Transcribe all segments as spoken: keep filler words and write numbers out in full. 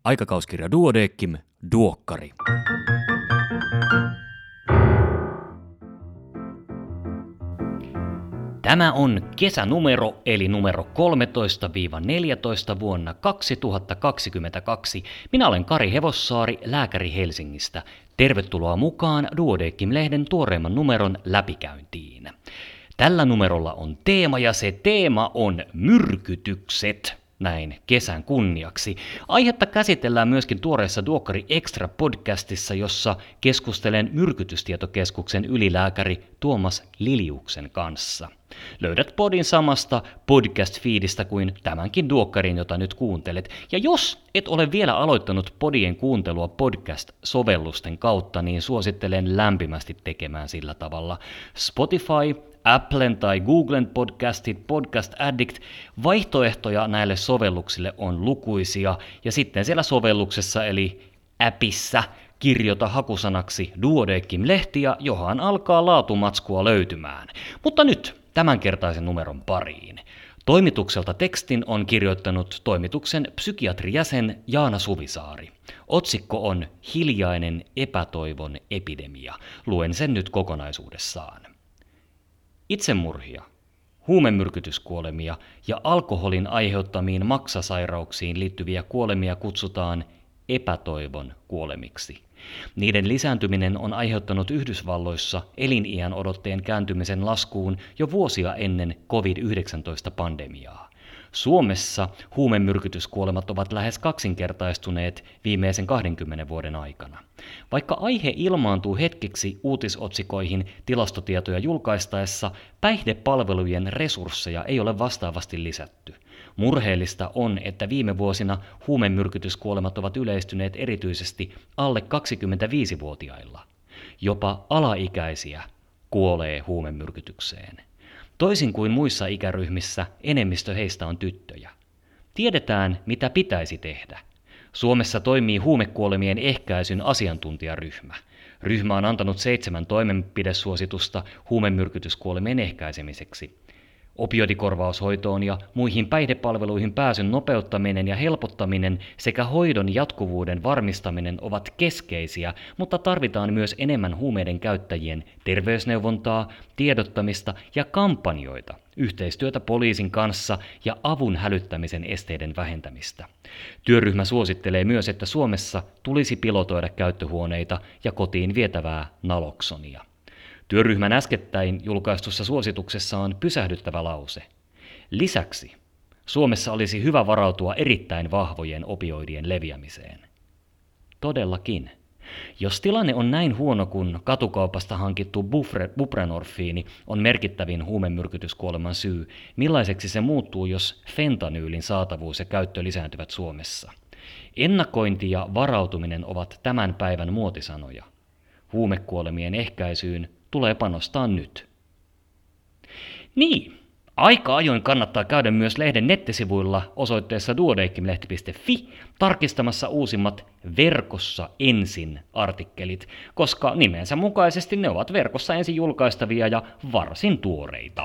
Aikakauskirja Duodeckim, Duokkari. Tämä on kesänumero eli numero kolmetoista neljätoista vuonna kaksituhattakaksikymmentäkaksi. Minä olen Kari Hevossaari, lääkäri Helsingistä. Tervetuloa mukaan Duodeckim-lehden tuoreimman numeron läpikäyntiin. Tällä numerolla on teema ja se teema on myrkytykset. Näin kesän kunniaksi. Aihetta käsitellään myöskin tuoreessa Duokkari Extra-podcastissa, jossa keskustelen Myrkytystietokeskuksen ylilääkäri Tuomas Liliuksen kanssa. Löydät podin samasta podcast-feedistä kuin tämänkin Duokkarin, jota nyt kuuntelet. Ja jos et ole vielä aloittanut podien kuuntelua podcast-sovellusten kautta, niin suosittelen lämpimästi tekemään sillä tavalla. Spotify, Applen tai Googlen podcastit, Podcast Addict, vaihtoehtoja näille sovelluksille on lukuisia, ja sitten siellä sovelluksessa eli appissa kirjoita hakusanaksi Duodeckim-lehti ja johan alkaa laatumatskua löytymään. Mutta nyt tämänkertaisen numeron pariin. Toimitukselta tekstin on kirjoittanut toimituksen psykiatrijäsen Jaana Suvisaari. Otsikko on Hiljainen epätoivon epidemia. Luen sen nyt kokonaisuudessaan. Itsemurhia, huumemyrkytyskuolemia ja alkoholin aiheuttamiin maksasairauksiin liittyviä kuolemia kutsutaan epätoivon kuolemiksi. Niiden lisääntyminen on aiheuttanut Yhdysvalloissa eliniän odotteen kääntymisen laskuun jo vuosia ennen covid yhdeksäntoista-pandemiaa. Suomessa huumemyrkytyskuolemat ovat lähes kaksinkertaistuneet viimeisen kahdenkymmenen vuoden aikana. Vaikka aihe ilmaantuu hetkeksi uutisotsikoihin tilastotietoja julkaistaessa, päihdepalvelujen resursseja ei ole vastaavasti lisätty. Murheellista on, että viime vuosina huumemyrkytyskuolemat ovat yleistyneet erityisesti alle kaksikymmentäviisivuotiailla. Jopa alaikäisiä kuolee huumemyrkytykseen. Toisin kuin muissa ikäryhmissä, enemmistö heistä on tyttöjä. Tiedetään, mitä pitäisi tehdä. Suomessa toimii huumekuolemien ehkäisyn asiantuntijaryhmä. Ryhmä on antanut seitsemän toimenpidesuositusta huumemyrkytyskuolemien ehkäisemiseksi. Opioidikorvaushoitoon ja muihin päihdepalveluihin pääsyn nopeuttaminen ja helpottaminen sekä hoidon jatkuvuuden varmistaminen ovat keskeisiä, mutta tarvitaan myös enemmän huumeiden käyttäjien terveysneuvontaa, tiedottamista ja kampanjoita, yhteistyötä poliisin kanssa ja avun hälyttämisen esteiden vähentämistä. Työryhmä suosittelee myös, että Suomessa tulisi pilotoida käyttöhuoneita ja kotiin vietävää naloksonia. Työryhmän äskettäin julkaistussa suosituksessa on pysähdyttävä lause. Lisäksi Suomessa olisi hyvä varautua erittäin vahvojen opioidien leviämiseen. Todellakin. Jos tilanne on näin huono, kun katukaupasta hankittu bufre, buprenorfiini on merkittävin huumemyrkytyskuoleman syy, millaiseksi se muuttuu, jos fentanyylin saatavuus ja käyttö lisääntyvät Suomessa? Ennakointi ja varautuminen ovat tämän päivän muotisanoja. Huumekuolemien ehkäisyyn tulee panostaa nyt. Niin, aika ajoin kannattaa käydä myös lehden nettisivuilla osoitteessa duodeckimlehti piste fi tarkistamassa uusimmat verkossa ensin artikkelit, koska nimensä mukaisesti ne ovat verkossa ensin julkaistavia ja varsin tuoreita.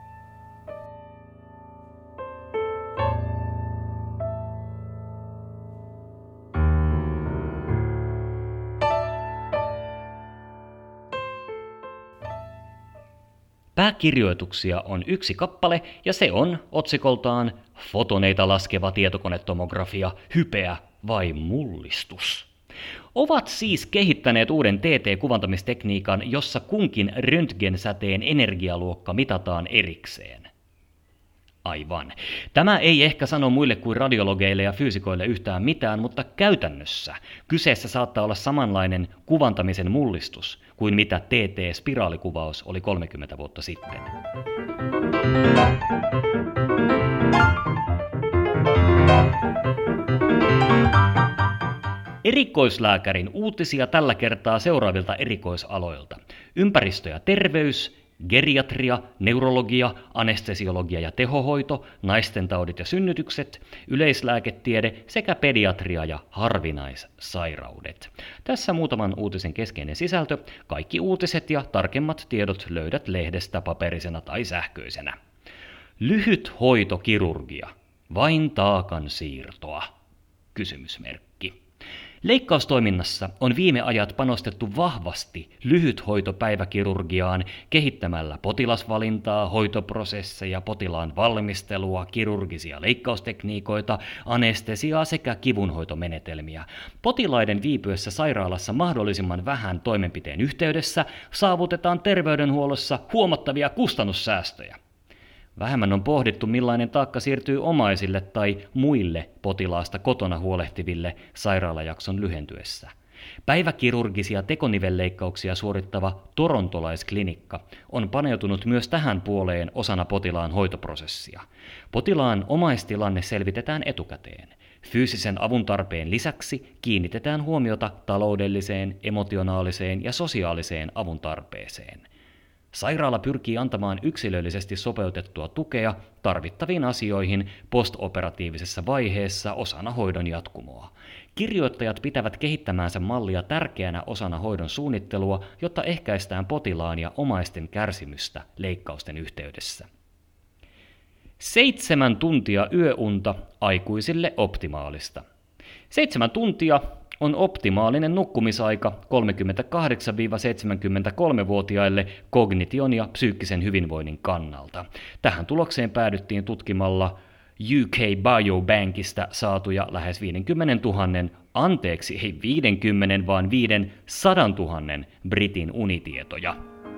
Pääkirjoituksia on yksi kappale ja se on otsikoltaan Fotoneita laskeva tietokonetomografia, hypeä vai mullistus. Ovat siis kehittäneet uuden T T-kuvantamistekniikan, jossa kunkin röntgensäteen energialuokka mitataan erikseen. Aivan. Tämä ei ehkä sano muille kuin radiologeille ja fyysikoille yhtään mitään, mutta käytännössä kyseessä saattaa olla samanlainen kuvantamisen mullistus kuin mitä T T-spiraalikuvaus oli kolmekymmentä vuotta sitten. Erikoislääkärin uutisia tällä kertaa seuraavilta erikoisaloilta. Ympäristö ja terveys, geriatria, neurologia, anestesiologia ja tehohoito, naistentaudit ja synnytykset, yleislääketiede sekä pediatria ja harvinaissairaudet. Tässä muutaman uutisen keskeinen sisältö. Kaikki uutiset ja tarkemmat tiedot löydät lehdestä paperisena tai sähköisenä. Lyhyt hoitokirurgia. Vain taakan siirtoa? Kysymysmerkki. Leikkaustoiminnassa on viime ajat panostettu vahvasti lyhythoitopäiväkirurgiaan kehittämällä potilasvalintaa, hoitoprosesseja, potilaan valmistelua, kirurgisia leikkaustekniikoita, anestesiaa sekä kivunhoitomenetelmiä. Potilaiden viipyessä sairaalassa mahdollisimman vähän toimenpiteen yhteydessä saavutetaan terveydenhuollossa huomattavia kustannussäästöjä. Vähemmän on pohdittu, millainen taakka siirtyy omaisille tai muille potilaasta kotona huolehtiville sairaalajakson lyhentyessä. Päiväkirurgisia tekonivelleikkauksia suorittava torontolaisklinikka on paneutunut myös tähän puoleen osana potilaan hoitoprosessia. Potilaan omaistilanne selvitetään etukäteen. Fyysisen avun tarpeen lisäksi kiinnitetään huomiota taloudelliseen, emotionaaliseen ja sosiaaliseen avun tarpeeseen. Sairaala pyrkii antamaan yksilöllisesti sopeutettua tukea tarvittaviin asioihin postoperatiivisessa vaiheessa osana hoidon jatkumoa. Kirjoittajat pitävät kehittämäänsä mallia tärkeänä osana hoidon suunnittelua, jotta ehkäistään potilaan ja omaisten kärsimystä leikkausten yhteydessä. Seitsemän tuntia yöunta aikuisille optimaalista. Seitsemän tuntia on optimaalinen nukkumisaika kolmekymmentäkahdeksan–seitsemänkymmentäkolme-vuotiaille kognition ja psyykkisen hyvinvoinnin kannalta. Tähän tulokseen päädyttiin tutkimalla U K Biobankista saatuja lähes viisikymmentätuhatta, anteeksi ei viisikymmentä, vaan viisisataa britin unitietoja.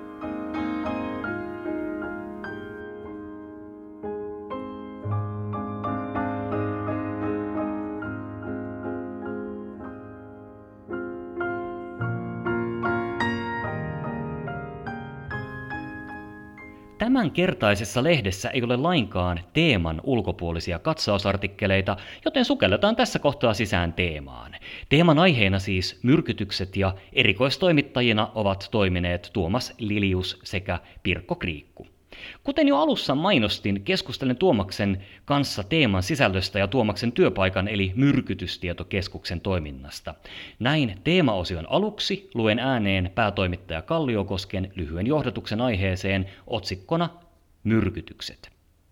Tämänkertaisessa lehdessä ei ole lainkaan teeman ulkopuolisia katsausartikkeleita, joten sukelletaan tässä kohtaa sisään teemaan. Teeman aiheena siis myrkytykset ja erikoistoimittajina ovat toimineet Tuomas Lilius sekä Pirkko Kriikku. Kuten jo alussa mainostin, keskustelen Tuomaksen kanssa teeman sisällöstä ja Tuomaksen työpaikan eli Myrkytystietokeskuksen toiminnasta. Näin teemaosion aluksi luen ääneen päätoimittaja Kalliokosken lyhyen johdatuksen aiheeseen otsikkona Myrkytykset.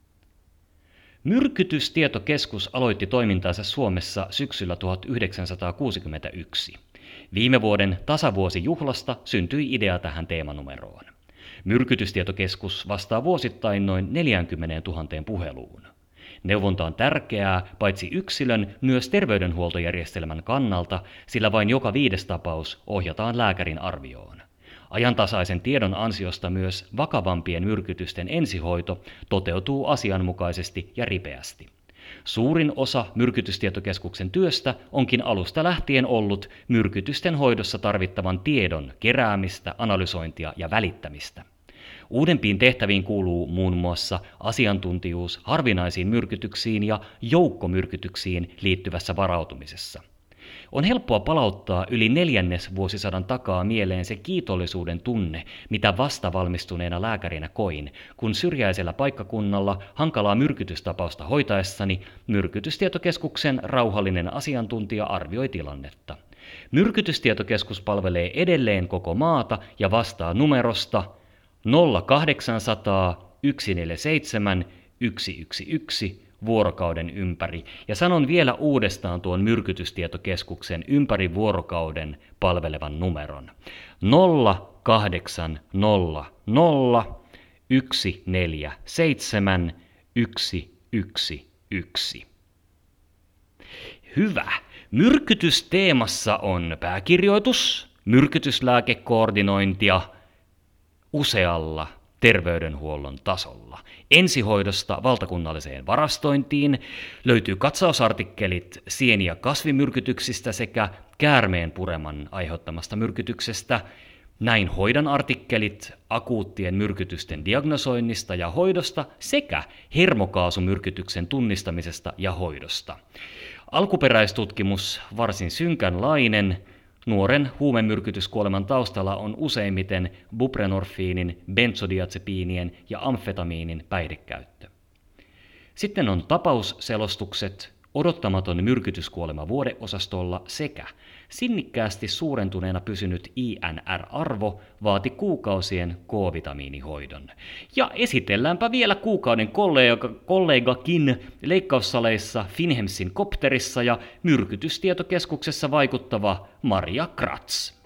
Myrkytystietokeskus aloitti toimintaansa Suomessa syksyllä tuhatyhdeksänsataakuusikymmentäyksi. Viime vuoden tasavuosijuhlasta syntyi idea tähän teemanumeroon. Myrkytystietokeskus vastaa vuosittain noin neljäkymmentätuhatta puheluun. Neuvonta on tärkeää paitsi yksilön, myös terveydenhuoltojärjestelmän kannalta, sillä vain joka viides tapaus ohjataan lääkärin arvioon. Ajantasaisen tiedon ansiosta myös vakavampien myrkytysten ensihoito toteutuu asianmukaisesti ja ripeästi. Suurin osa Myrkytystietokeskuksen työstä onkin alusta lähtien ollut myrkytysten hoidossa tarvittavan tiedon keräämistä, analysointia ja välittämistä. Uudempiin tehtäviin kuuluu muun muassa asiantuntijuus harvinaisiin myrkytyksiin ja joukkomyrkytyksiin liittyvässä varautumisessa. On helppoa palauttaa yli neljännes vuosisadan takaa mieleen se kiitollisuuden tunne, mitä vastavalmistuneena lääkärinä koin, kun syrjäisellä paikkakunnalla hankalaa myrkytystapausta hoitaessani Myrkytystietokeskuksen rauhallinen asiantuntija arvioi tilannetta. Myrkytystietokeskus palvelee edelleen koko maata ja vastaa numerosta nolla kahdeksansataa yksi neljä seitsemän yksi yksi yksi vuorokauden ympäri. Ja sanon vielä uudestaan tuon Myrkytystietokeskuksen ympäri vuorokauden palvelevan numeron. nolla kahdeksan nolla nolla yksi neljä seitsemän yksi yksi yksi. Hyvä. Myrkytysteemassa on pääkirjoitus, myrkytyslääkekoordinointia usealla terveydenhuollon tasolla. Ensihoidosta valtakunnalliseen varastointiin löytyy katsausartikkelit sieni- ja kasvimyrkytyksistä sekä käärmeen pureman aiheuttamasta myrkytyksestä. Näin hoidan artikkelit akuuttien myrkytysten diagnosoinnista ja hoidosta sekä hermokaasumyrkytyksen tunnistamisesta ja hoidosta. Alkuperäistutkimus varsin synkänlainen. Nuoren huumemyrkytyskuoleman taustalla on useimmiten buprenorfiinin, benzodiazepiinien ja amfetamiinin päihdekäyttö. Sitten on tapausselostukset, odottamaton myrkytyskuolema vuodeosastolla sekä sinnikkäästi suurentuneena pysynyt I N R-arvo vaati kuukausien K-vitamiinihoidon. Ja esitelläänpä vielä kuukauden kollega, kollegakin leikkaussaleissa Finhemsin kopterissa ja myrkytystietokeskuksessa vaikuttava Maria Kratz.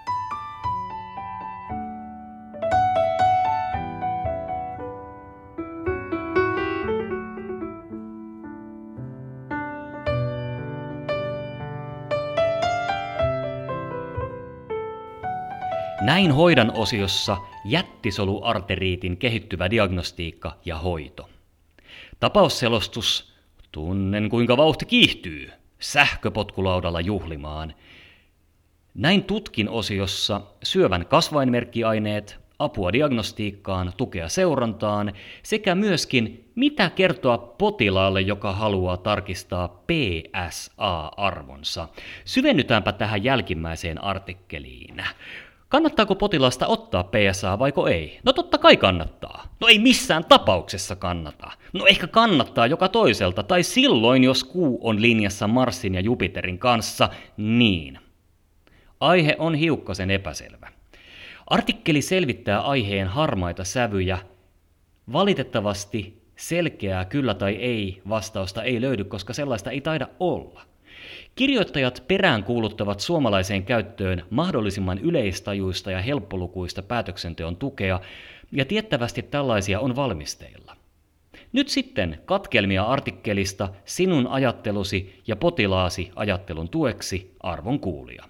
Näin hoidan osiossa jättisoluarteriitin kehittyvä diagnostiikka ja hoito. Tapausselostus, tunnen kuinka vauhti kiihtyy, sähköpotkulaudalla juhlimaan. Näin tutkin osiossa syövän kasvainmerkkiaineet, apua diagnostiikkaan, tukea seurantaan sekä myöskin mitä kertoa potilaalle, joka haluaa tarkistaa P S A-arvonsa. Syvennytäänpä tähän jälkimmäiseen artikkeliin. Kannattaako potilasta ottaa P S A vaiko ei? No totta kai kannattaa. No ei missään tapauksessa kannata. No ehkä kannattaa joka toiselta, tai silloin jos kuu on linjassa Marsin ja Jupiterin kanssa, niin. Aihe on hiukkasen epäselvä. Artikkeli selvittää aiheen harmaita sävyjä. Valitettavasti selkeää kyllä tai ei vastausta ei löydy, koska sellaista ei taida olla. Kirjoittajat peräänkuuluttavat suomalaiseen käyttöön mahdollisimman yleistajuista ja helppolukuista päätöksenteon tukea, ja tiettävästi tällaisia on valmisteilla. Nyt sitten katkelmia artikkelista sinun ajattelusi ja potilaasi ajattelun tueksi, arvon kuulija.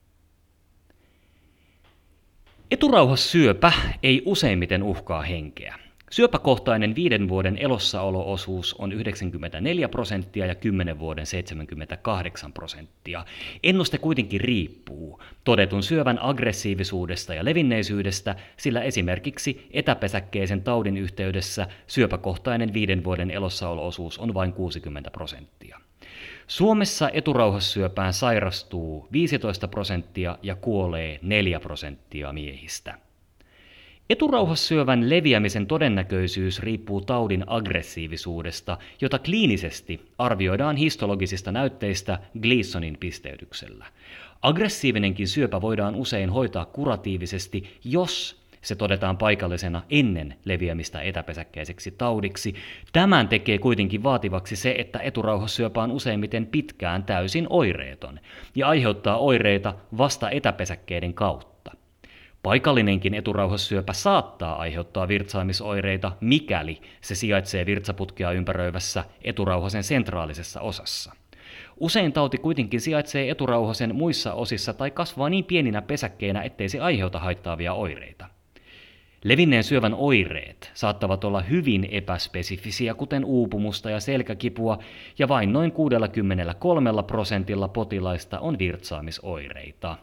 Eturauhassyöpä ei useimmiten uhkaa henkeä. Syöpäkohtainen viiden vuoden elossaolo-osuus on yhdeksänkymmentäneljä prosenttia ja kymmenen vuoden seitsemänkymmentäkahdeksan prosenttia. Ennuste kuitenkin riippuu todetun syövän aggressiivisuudesta ja levinneisyydestä, sillä esimerkiksi etäpesäkkeisen taudin yhteydessä syöpäkohtainen viiden vuoden elossaolo-osuus on vain kuusikymmentä prosenttia. Suomessa eturauhassyöpään sairastuu viisitoista prosenttia ja kuolee neljä prosenttia miehistä. Eturauhassyövän leviämisen todennäköisyys riippuu taudin aggressiivisuudesta, jota kliinisesti arvioidaan histologisista näytteistä Gleasonin pisteytyksellä. Aggressiivinenkin syöpä voidaan usein hoitaa kuratiivisesti, jos se todetaan paikallisena ennen leviämistä etäpesäkkeiseksi taudiksi. Tämän tekee kuitenkin vaativaksi se, että eturauhassyöpä on useimmiten pitkään täysin oireeton ja aiheuttaa oireita vasta etäpesäkkeiden kautta. Paikallinenkin eturauhassyöpä saattaa aiheuttaa virtsaamisoireita, mikäli se sijaitsee virtsaputkea ympäröivässä eturauhasen sentraalisessa osassa. Usein tauti kuitenkin sijaitsee eturauhasen muissa osissa tai kasvaa niin pieninä pesäkkeinä, ettei se aiheuta haittaavia oireita. Levinneen syövän oireet saattavat olla hyvin epäspesifisiä, kuten uupumusta ja selkäkipua, ja vain noin kuusikymmentäkolme prosentilla potilaista on virtsaamisoireita.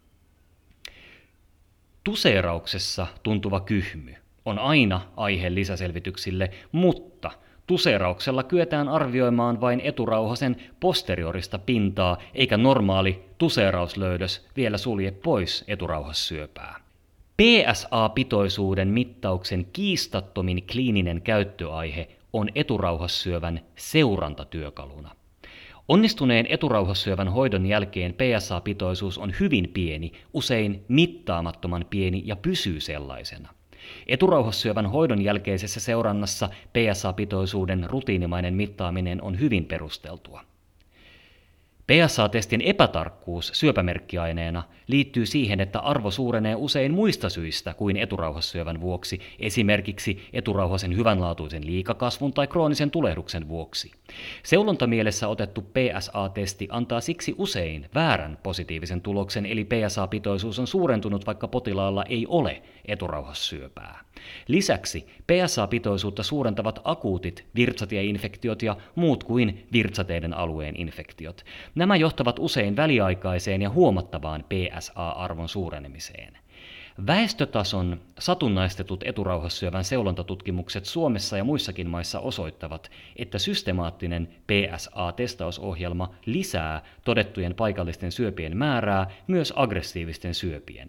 Tuseerauksessa tuntuva kyhmy on aina aihe lisäselvityksille, mutta tuseerauksella kyetään arvioimaan vain eturauhasen posteriorista pintaa, eikä normaali tuseerauslöydös vielä sulje pois eturauhassyöpää. P S A-pitoisuuden mittauksen kiistattomin kliininen käyttöaihe on eturauhassyövän seurantatyökaluna. Onnistuneen eturauhassyövän hoidon jälkeen P S A-pitoisuus on hyvin pieni, usein mittaamattoman pieni ja pysyy sellaisena. Eturauhassyövän hoidon jälkeisessä seurannassa P S A-pitoisuuden rutiinimainen mittaaminen on hyvin perusteltua. P S A-testin epätarkkuus syöpämerkkiaineena liittyy siihen, että arvo suurenee usein muista syistä kuin eturauhassyövän vuoksi, esimerkiksi eturauhasen hyvänlaatuisen liikakasvun tai kroonisen tulehduksen vuoksi. Seulontamielessä otettu P S A-testi antaa siksi usein väärän positiivisen tuloksen, eli P S A-pitoisuus on suurentunut, vaikka potilaalla ei ole eturauhassyöpää. Lisäksi P S A-pitoisuutta suurentavat akuutit virtsatieinfektiot ja muut kuin virtsateiden alueen infektiot. Nämä johtavat usein väliaikaiseen ja huomattavaan P S A-arvon suurenemiseen. Väestötason satunnaistetut eturauhassyövän seulontatutkimukset Suomessa ja muissakin maissa osoittavat, että systemaattinen P S A-testausohjelma lisää todettujen paikallisten syöpien määrää, myös aggressiivisten syöpien.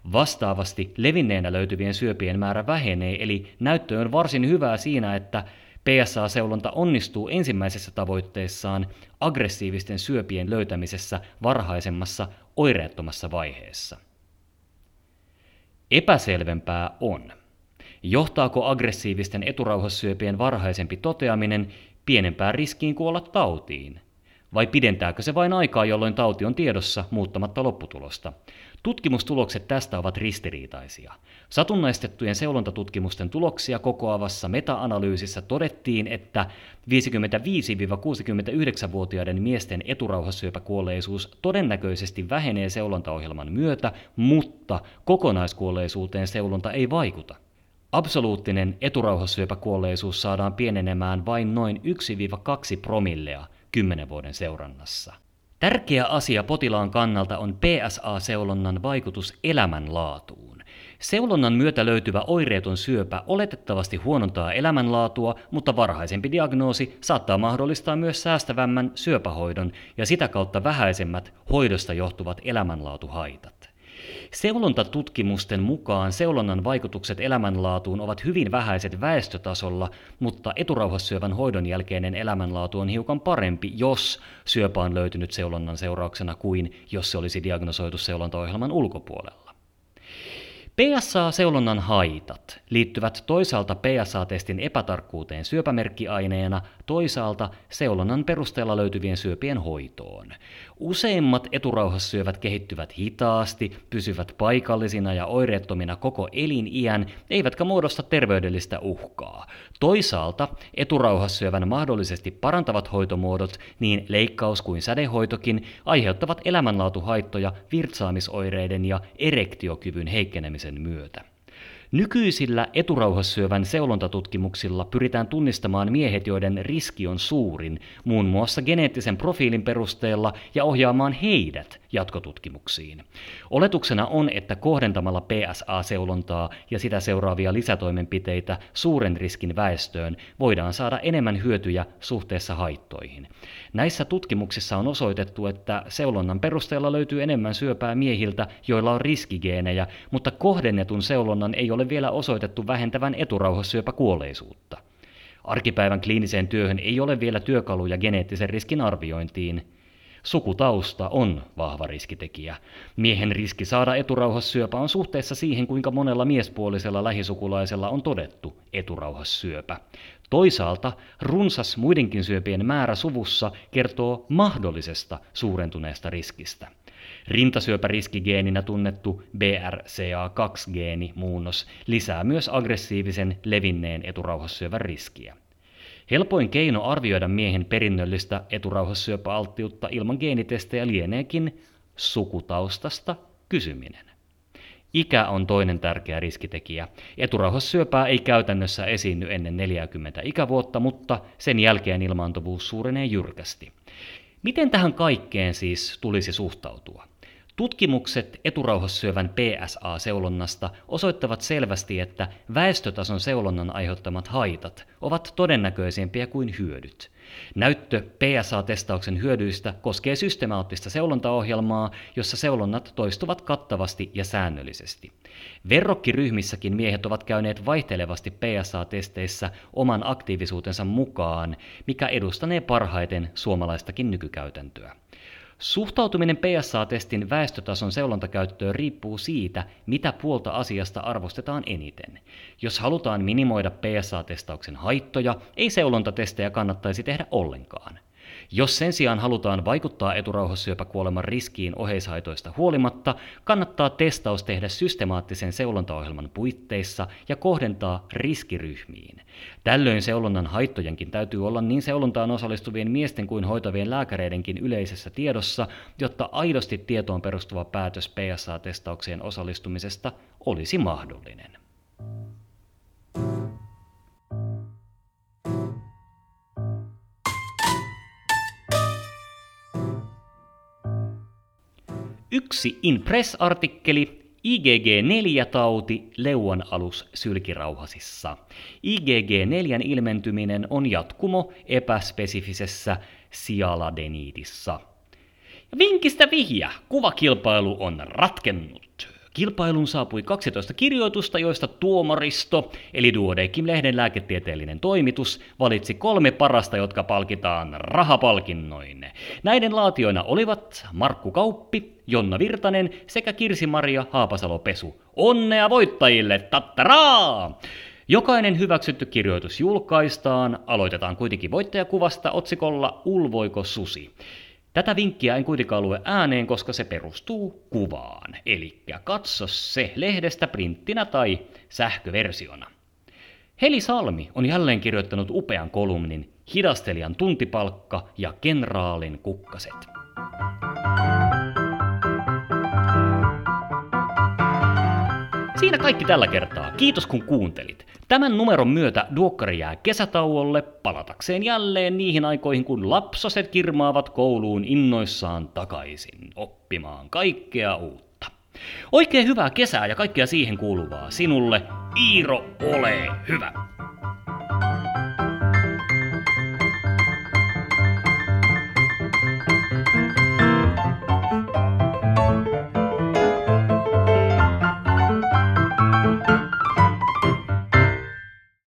Vastaavasti levinneenä löytyvien syöpien määrä vähenee, eli näyttö on varsin hyvää siinä, että P S A-seulonta onnistuu ensimmäisessä tavoitteessaan aggressiivisten syöpien löytämisessä varhaisemmassa oireettomassa vaiheessa. Epäselvempää on, johtaako aggressiivisten eturauhassyöpien varhaisempi toteaminen pienempään riskiin kuolla tautiin, vai pidentääkö se vain aikaa, jolloin tauti on tiedossa muuttamatta lopputulosta? Tutkimustulokset tästä ovat ristiriitaisia. Satunnaistettujen seulontatutkimusten tuloksia kokoavassa meta-analyysissä todettiin, että viisikymmentäviisi–kuusikymmentäyhdeksänvuotiaiden miesten eturauhassyöpäkuolleisuus todennäköisesti vähenee seulontaohjelman myötä, mutta kokonaiskuolleisuuteen seulonta ei vaikuta. Absoluuttinen eturauhassyöpäkuolleisuus saadaan pienenemään vain noin yksi–kaksi promillea kymmenen vuoden seurannassa. Tärkeä asia potilaan kannalta on P S A-seulonnan vaikutus elämänlaatuun. Seulonnan myötä löytyvä oireeton syöpä oletettavasti huonontaa elämänlaatua, mutta varhaisempi diagnoosi saattaa mahdollistaa myös säästävämmän syöpähoidon ja sitä kautta vähäisemmät hoidosta johtuvat elämänlaatuhaitat. Seulontatutkimusten mukaan seulonnan vaikutukset elämänlaatuun ovat hyvin vähäiset väestötasolla, mutta eturauhassyövän hoidon jälkeinen elämänlaatu on hiukan parempi, jos syöpä on löytynyt seulonnan seurauksena kuin jos se olisi diagnosoitu seulontaohjelman ulkopuolella. P S A-seulonnan haitat liittyvät toisaalta P S A-testin epätarkkuuteen syöpämerkkiaineena, toisaalta seulonnan perusteella löytyvien syöpien hoitoon. Useimmat eturauhassyövät kehittyvät hitaasti, pysyvät paikallisina ja oireettomina koko eliniän, eivätkä muodosta terveydellistä uhkaa. Toisaalta eturauhassyövän mahdollisesti parantavat hoitomuodot, niin leikkaus kuin sädehoitokin, aiheuttavat elämänlaatuhaittoja virtsaamisoireiden ja erektiokyvyn heikkenemisen myötä. Nykyisillä eturauhassyövän seulontatutkimuksilla pyritään tunnistamaan miehet, joiden riski on suurin, muun muassa geneettisen profiilin perusteella, ja ohjaamaan heidät jatkotutkimuksiin. Oletuksena on, että kohdentamalla P S A-seulontaa ja sitä seuraavia lisätoimenpiteitä suuren riskin väestöön voidaan saada enemmän hyötyjä suhteessa haittoihin. Näissä tutkimuksissa on osoitettu, että seulonnan perusteella löytyy enemmän syöpää miehiltä, joilla on riskigeenejä, mutta kohdennetun seulonnan ei ole vielä osoitettu vähentävän eturauhassyöpäkuolleisuutta. Arkipäivän kliiniseen työhön ei ole vielä työkaluja geneettisen riskin arviointiin. Sukutausta on vahva riskitekijä. Miehen riski saada eturauhassyöpä on suhteessa siihen, kuinka monella miespuolisella lähisukulaisella on todettu eturauhassyöpä. Toisaalta runsas muidenkin syöpien määrä suvussa kertoo mahdollisesta suurentuneesta riskistä. Rintasyöpäriskigeeninä tunnettu B R C A kaksi -geeni muunnos lisää myös aggressiivisen levinneen eturauhassyövän riskiä. Helpoin keino arvioida miehen perinnöllistä eturauhassyöpäalttiutta ilman geenitestejä lieneekin sukutaustasta kysyminen. Ikä on toinen tärkeä riskitekijä. Eturauhassyöpää ei käytännössä esiinny ennen neljäkymmentä ikävuotta, mutta sen jälkeen ilmaantuvuus suurenee jyrkästi. Miten tähän kaikkeen siis tulisi suhtautua? Tutkimukset eturauhassyövän P S A-seulonnasta osoittavat selvästi, että väestötason seulonnan aiheuttamat haitat ovat todennäköisempiä kuin hyödyt. Näyttö P S A-testauksen hyödyistä koskee systemaattista seulontaohjelmaa, jossa seulonnat toistuvat kattavasti ja säännöllisesti. Verrokkiryhmissäkin miehet ovat käyneet vaihtelevasti P S A-testeissä oman aktiivisuutensa mukaan, mikä edustanee parhaiten suomalaistakin nykykäytäntöä. Suhtautuminen P S A-testin väestötason seulontakäyttöön riippuu siitä, mitä puolta asiasta arvostetaan eniten. Jos halutaan minimoida P S A-testauksen haittoja, ei seulontatestejä kannattaisi tehdä ollenkaan. Jos sen sijaan halutaan vaikuttaa eturauhassyöpäkuoleman riskiin oheishaitoista huolimatta, kannattaa testaus tehdä systemaattisen seulontaohjelman puitteissa ja kohdentaa riskiryhmiin. Tällöin seulonnan haittojenkin täytyy olla niin seulontaan osallistuvien miesten kuin hoitavien lääkäreidenkin yleisessä tiedossa, jotta aidosti tietoon perustuva päätös P S A-testaukseen osallistumisesta olisi mahdollinen. Yksi InPress-artikkeli, I G G neljä -tauti leuanalus sylkirauhasissa. I G G neljä ilmentyminen on jatkumo epäspesifisessä sialadeniitissa. Ja vinkistä vihja, kuvakilpailu on ratkennut. Kilpailuun saapui kaksitoista kirjoitusta, joista tuomaristo, eli Duodeckim-lehden lääketieteellinen toimitus, valitsi kolme parasta, jotka palkitaan rahapalkinnoin. Näiden laatioina olivat Markku Kauppi, Jonna Virtanen sekä Kirsi-Maria Haapasalo-Pesu. Onnea voittajille! Tattaraa! Jokainen hyväksytty kirjoitus julkaistaan, aloitetaan kuitenkin voittajakuvasta otsikolla Ulvoiko susi? Tätä vinkkiä en kuitenkaan lue ääneen, koska se perustuu kuvaan, eli katso se lehdestä printtinä tai sähköversiona. Heli Salmi on jälleen kirjoittanut upean kolumnin Hidastelijan tuntipalkka ja kenraalin kukkaset. Siinä kaikki tällä kertaa. Kiitos kun kuuntelit. Tämän numeron myötä Duokkari jää kesätauolle palatakseen jälleen niihin aikoihin, kun lapsoset kirmaavat kouluun innoissaan takaisin oppimaan kaikkea uutta. Oikein hyvää kesää ja kaikkea siihen kuuluvaa sinulle. Iiro, ole hyvä!